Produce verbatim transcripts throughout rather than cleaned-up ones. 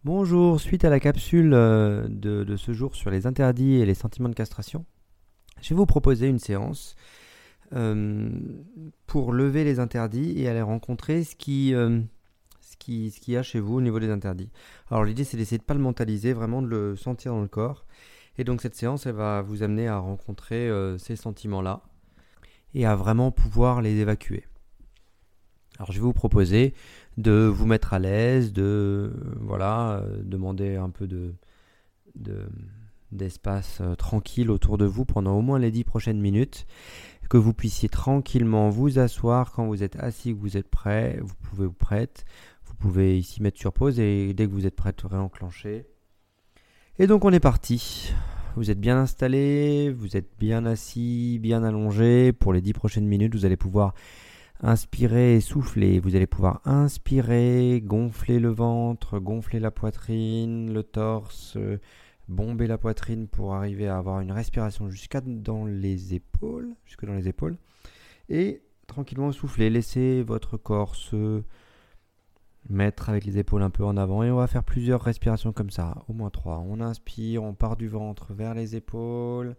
Bonjour, suite à la capsule euh, de, de ce jour sur les interdits et les sentiments de castration, je vais vous proposer une séance euh, pour lever les interdits et aller rencontrer ce qui, euh, ce qui, ce qu'il y a chez vous au niveau des interdits. Alors l'idée c'est d'essayer de ne pas le mentaliser, vraiment de le sentir dans le corps. Et donc cette séance elle va vous amener à rencontrer euh, ces sentiments-là et à vraiment pouvoir les évacuer. Alors je vais vous proposer de vous mettre à l'aise, de euh, voilà, euh, demander un peu de, de, d'espace euh, tranquille autour de vous pendant au moins les dix prochaines minutes, que vous puissiez tranquillement vous asseoir quand vous êtes assis, que vous êtes prêt, vous pouvez vous prête, vous pouvez ici mettre sur pause et dès que vous êtes prêt, réenclencher. Et donc on est parti. Vous êtes bien installé, vous êtes bien assis, bien allongé. Pour les dix prochaines minutes, vous allez pouvoir inspirez et soufflez. Vous allez pouvoir inspirer, gonfler le ventre, gonfler la poitrine, le torse, euh, bomber la poitrine pour arriver à avoir une respiration jusqu'à dans les épaules, jusque dans les épaules. Et tranquillement souffler. Laissez votre corps se mettre avec les épaules un peu en avant. Et on va faire plusieurs respirations comme ça, au moins trois. On inspire, on part du ventre vers les épaules.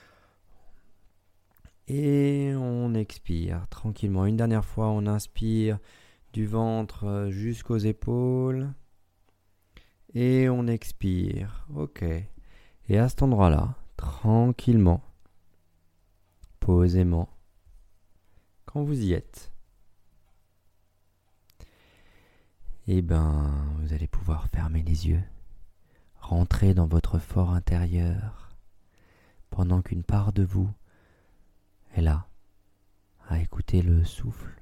Et on expire tranquillement. Une dernière fois, on inspire du ventre jusqu'aux épaules. Et on expire. Ok. Et à cet endroit-là, tranquillement, posément, quand vous y êtes, eh ben, vous allez pouvoir fermer les yeux, rentrer dans votre fort intérieur, pendant qu'une part de vous est là, à écouter le souffle.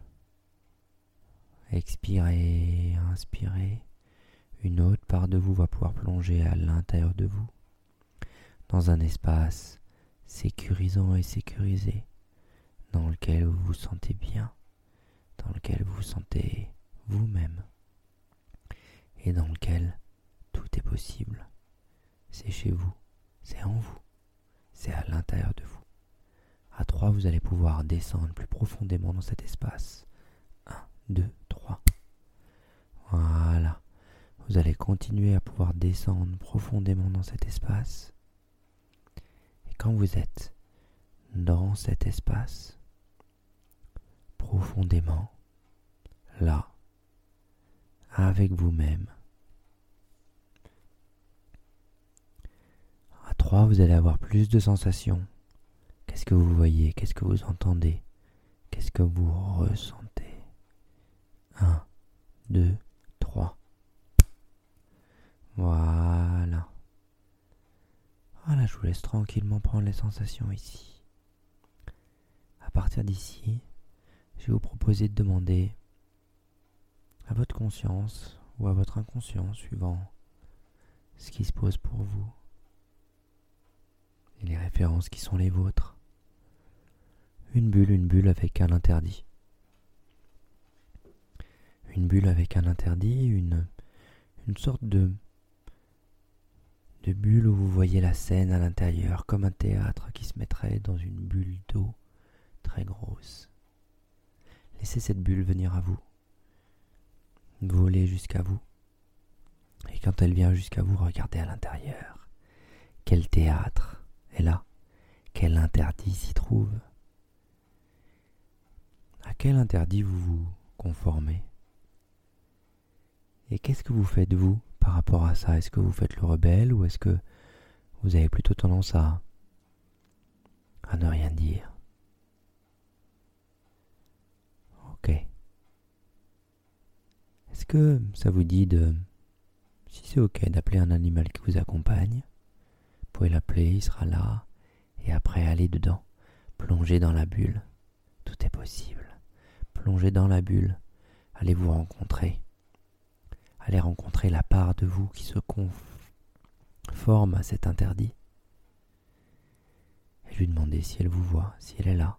Expirez, inspirez. Une autre part de vous va pouvoir plonger à l'intérieur de vous, dans un espace sécurisant et sécurisé, dans lequel vous vous sentez bien, dans lequel vous vous sentez vous-même, et dans lequel tout est possible. C'est chez vous, c'est en vous, c'est à l'intérieur de vous. À trois, vous allez pouvoir descendre plus profondément dans cet espace. un, deux, trois. Voilà. Vous allez continuer à pouvoir descendre profondément dans cet espace. Et quand vous êtes dans cet espace, profondément, là, avec vous-même, à trois, vous allez avoir plus de sensations. Qu'est-ce que vous voyez? Qu'est-ce que vous entendez? Qu'est-ce que vous ressentez? un, deux, trois. Voilà. Voilà, je vous laisse tranquillement prendre les sensations ici. À partir d'ici, je vais vous proposer de demander à votre conscience ou à votre inconscient, suivant ce qui se pose pour vous et les références qui sont les vôtres, une bulle, une bulle avec un interdit. Une bulle avec un interdit, une, une sorte de, de bulle où vous voyez la scène à l'intérieur, comme un théâtre qui se mettrait dans une bulle d'eau très grosse. Laissez cette bulle venir à vous, voler jusqu'à vous. Et quand elle vient jusqu'à vous, regardez à l'intérieur. Quel théâtre est là? Quel interdit s'y trouve? À quel interdit vous vous conformez? Et qu'est-ce que vous faites, vous, par rapport à ça? Est-ce que vous faites le rebelle ou est-ce que vous avez plutôt tendance à, à ne rien dire? Ok. Est-ce que ça vous dit de, si c'est ok, d'appeler un animal qui vous accompagne? Vous pouvez l'appeler, il sera là, et après aller dedans, plonger dans la bulle. Tout est possible. Plongez dans la bulle, allez vous rencontrer. Allez rencontrer la part de vous qui se conforme à cet interdit. Et lui demander si elle vous voit, si elle est là.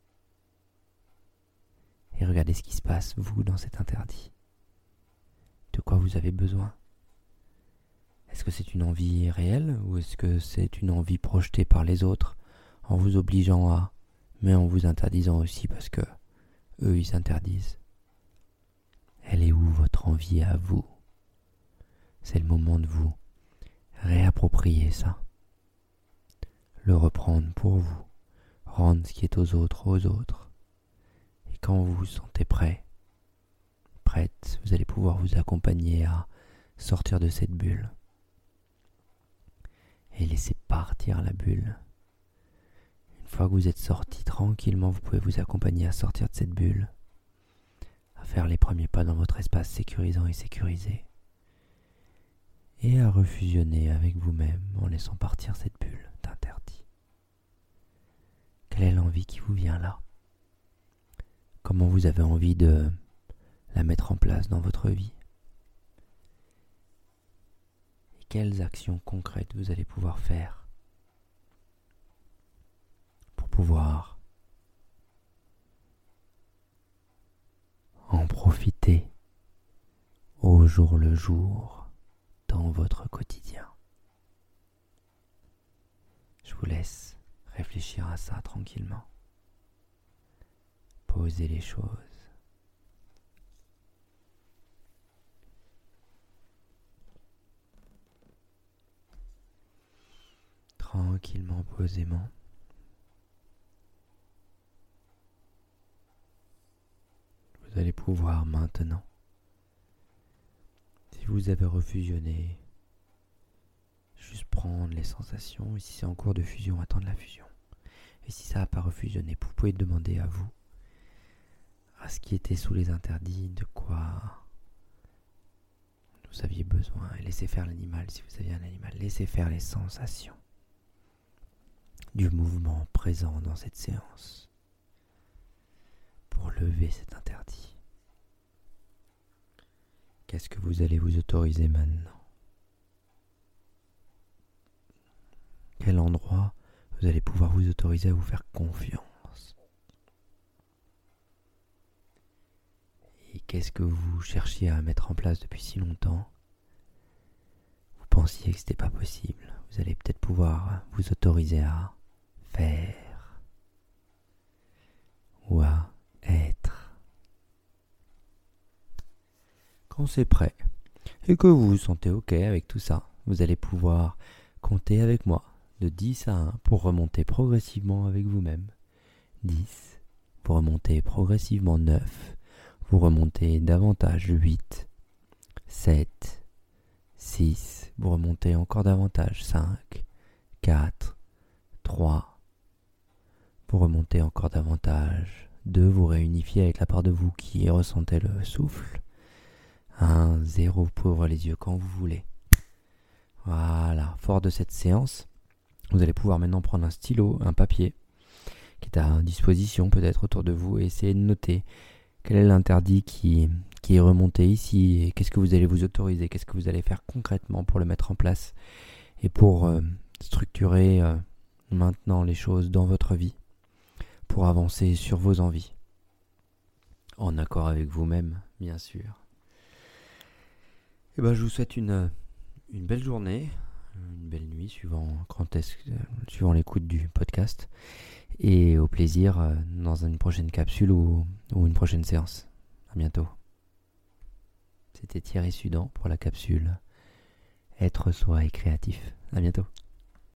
Et regardez ce qui se passe, vous, dans cet interdit. De quoi vous avez besoin? Est-ce que c'est une envie réelle ou est-ce que c'est une envie projetée par les autres en vous obligeant à, mais en vous interdisant aussi parce que eux ils s'interdisent? Elle est où votre envie à vous? c'est le moment de vous réapproprier ça. Le reprendre pour vous, rendre ce qui est aux autres aux autres. Et quand vous vous sentez prêt, prête, vous allez pouvoir vous accompagner à sortir de cette bulle et laisser partir la bulle. Une fois que vous êtes sorti tranquillement, vous pouvez vous accompagner à sortir de cette bulle, à faire les premiers pas dans votre espace sécurisant et sécurisé, et à refusionner avec vous-même en laissant partir cette bulle d'interdit. Quelle est l'envie qui vous vient là? Comment vous avez envie de la mettre en place dans votre vie? Et quelles actions concrètes vous allez pouvoir faire pour pouvoir en profiter au jour le jour dans votre quotidien? Je vous laisse réfléchir à ça tranquillement. Posez les choses. Tranquillement, posément. Vous allez pouvoir maintenant, si vous avez refusionné, juste prendre les sensations, et si c'est en cours de fusion, attendre la fusion. Et si ça n'a pas refusionné, vous pouvez demander à vous, à ce qui était sous les interdits, de quoi vous aviez besoin, et laissez faire l'animal si vous aviez un animal, laissez faire les sensations du mouvement présent dans cette séance pour lever cet interdit. Qu'est-ce que vous allez vous autoriser maintenant? Quel endroit vous allez pouvoir vous autoriser à vous faire confiance? Et qu'est-ce que vous cherchiez à mettre en place depuis si longtemps? Vous pensiez que c'était pas possible. Vous allez peut-être pouvoir vous autoriser à faire ou à être. Quand c'est prêt et que vous vous sentez ok avec tout ça, vous allez pouvoir compter avec moi de dix à un pour remonter progressivement avec vous-même. dix, vous remontez progressivement neuf, vous remontez davantage huit, sept, six, vous remontez encore davantage cinq, quatre, trois, vous remontez encore davantage deux, vous réunifiez avec la part de vous qui ressentez le souffle. un, zéro, vous pouvez ouvrir les yeux quand vous voulez. Voilà, fort de cette séance, vous allez pouvoir maintenant prendre un stylo, un papier qui est à disposition peut-être autour de vous et essayer de noter quel est l'interdit qui, qui est remonté ici et qu'est-ce que vous allez vous autoriser, qu'est-ce que vous allez faire concrètement pour le mettre en place et pour euh, structurer euh, maintenant les choses dans votre vie, pour avancer sur vos envies, en accord avec vous-même, bien sûr. Et ben, je vous souhaite une, une belle journée, une belle nuit, suivant, quand est-ce, suivant l'écoute du podcast, et au plaisir euh, dans une prochaine capsule ou, ou une prochaine séance. À bientôt. C'était Thierry Sudan pour la capsule Être soi et créatif. À bientôt.